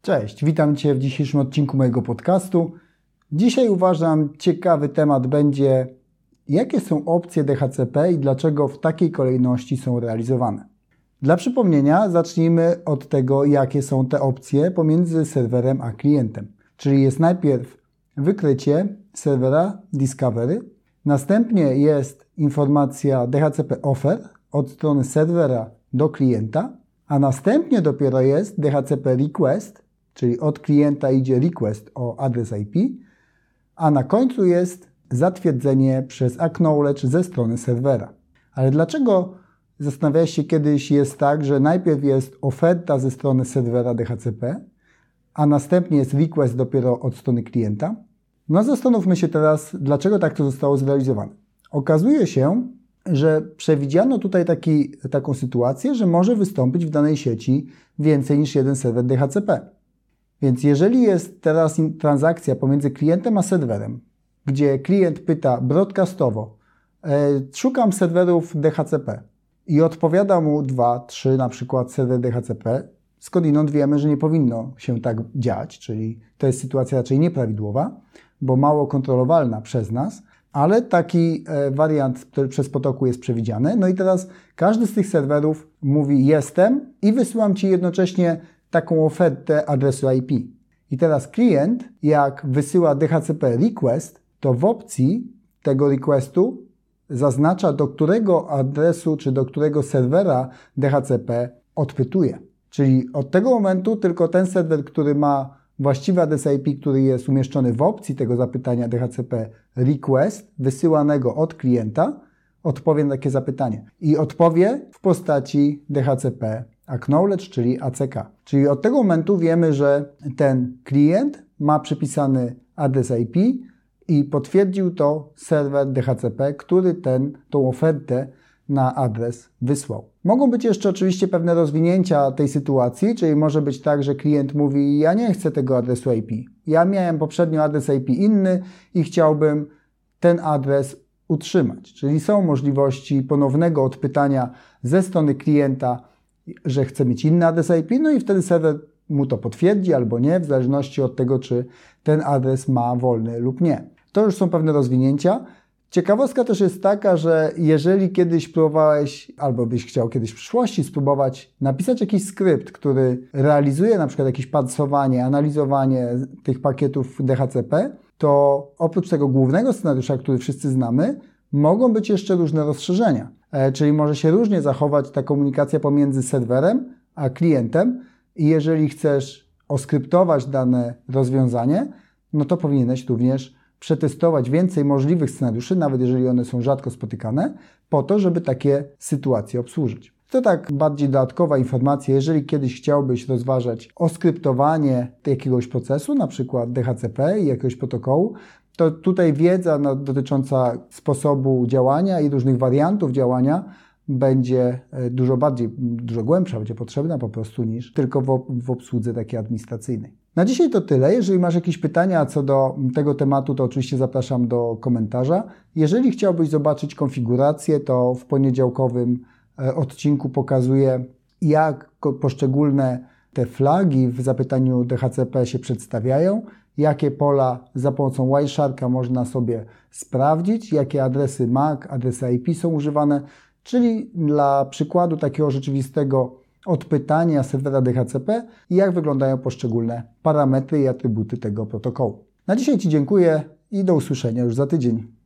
Cześć, witam Cię w dzisiejszym odcinku mojego podcastu. Dzisiaj uważam, ciekawy temat będzie, jakie są opcje DHCP i dlaczego w takiej kolejności są realizowane. Dla przypomnienia zacznijmy od tego, jakie są te opcje pomiędzy serwerem a klientem. Czyli jest najpierw wykrycie serwera Discovery, następnie jest informacja DHCP Offer od strony serwera do klienta, a następnie dopiero jest DHCP Request, czyli od klienta idzie request o adres IP, a na końcu jest zatwierdzenie przez acknowledge ze strony serwera. Ale dlaczego, zastanawiałeś się kiedyś, jest tak, że najpierw jest oferta ze strony serwera DHCP, a następnie jest request dopiero od strony klienta? No zastanówmy się teraz, dlaczego tak to zostało zrealizowane. Okazuje się, że przewidziano tutaj taką sytuację, że może wystąpić w danej sieci więcej niż jeden serwer DHCP. Więc jeżeli jest teraz transakcja pomiędzy klientem a serwerem, gdzie klient pyta broadcastowo, szukam serwerów DHCP i odpowiada mu 2, 3 na przykład serwer DHCP, skądinąd wiemy, że nie powinno się tak dziać, czyli to jest sytuacja raczej nieprawidłowa, bo mało kontrolowalna przez nas, ale taki wariant przez potoku jest przewidziany. No i teraz każdy z tych serwerów mówi jestem i wysyłam Ci jednocześnie taką ofertę adresu IP. I teraz klient, jak wysyła DHCP request, to w opcji tego requestu zaznacza, do którego adresu czy do którego serwera DHCP odpytuje. Czyli od tego momentu tylko ten serwer, który ma właściwy adres IP, który jest umieszczony w opcji tego zapytania DHCP request wysyłanego od klienta, odpowie na takie zapytanie. I odpowie w postaci DHCP acknowledge, czyli ACK. Czyli od tego momentu wiemy, że ten klient ma przypisany adres IP i potwierdził to serwer DHCP, który tą ofertę na adres wysłał. Mogą być jeszcze oczywiście pewne rozwinięcia tej sytuacji, czyli może być tak, że klient mówi, ja nie chcę tego adresu IP. Ja miałem poprzednio adres IP inny i chciałbym ten adres utrzymać. Czyli są możliwości ponownego odpytania ze strony klienta, że chce mieć inny adres IP, no i wtedy serwer mu to potwierdzi albo nie, w zależności od tego, czy ten adres ma wolny lub nie. To już są pewne rozwinięcia. Ciekawostka też jest taka, że jeżeli kiedyś próbowałeś, albo byś chciał kiedyś w przyszłości spróbować napisać jakiś skrypt, który realizuje na przykład jakieś parsowanie, analizowanie tych pakietów DHCP, to oprócz tego głównego scenariusza, który wszyscy znamy, mogą być jeszcze różne rozszerzenia. Czyli może się różnie zachować ta komunikacja pomiędzy serwerem a klientem i jeżeli chcesz oskryptować dane rozwiązanie, no to powinieneś również przetestować więcej możliwych scenariuszy, nawet jeżeli one są rzadko spotykane, po to, żeby takie sytuacje obsłużyć. To tak bardziej dodatkowa informacja, jeżeli kiedyś chciałbyś rozważać oskryptowanie jakiegoś procesu, na przykład DHCP i jakiegoś protokołu, to tutaj wiedza dotycząca sposobu działania i różnych wariantów działania będzie dużo głębsza, będzie potrzebna po prostu niż tylko w obsłudze takiej administracyjnej. Na dzisiaj to tyle. Jeżeli masz jakieś pytania co do tego tematu, to oczywiście zapraszam do komentarza. Jeżeli chciałbyś zobaczyć konfigurację, to w poniedziałkowym odcinku pokazuję, jak poszczególne te flagi w zapytaniu DHCP się przedstawiają, jakie pola za pomocą Wiresharka można sobie sprawdzić, jakie adresy MAC, adresy IP są używane, czyli dla przykładu takiego rzeczywistego odpytania serwera DHCP i jak wyglądają poszczególne parametry i atrybuty tego protokołu. Na dzisiaj Ci dziękuję i do usłyszenia już za tydzień.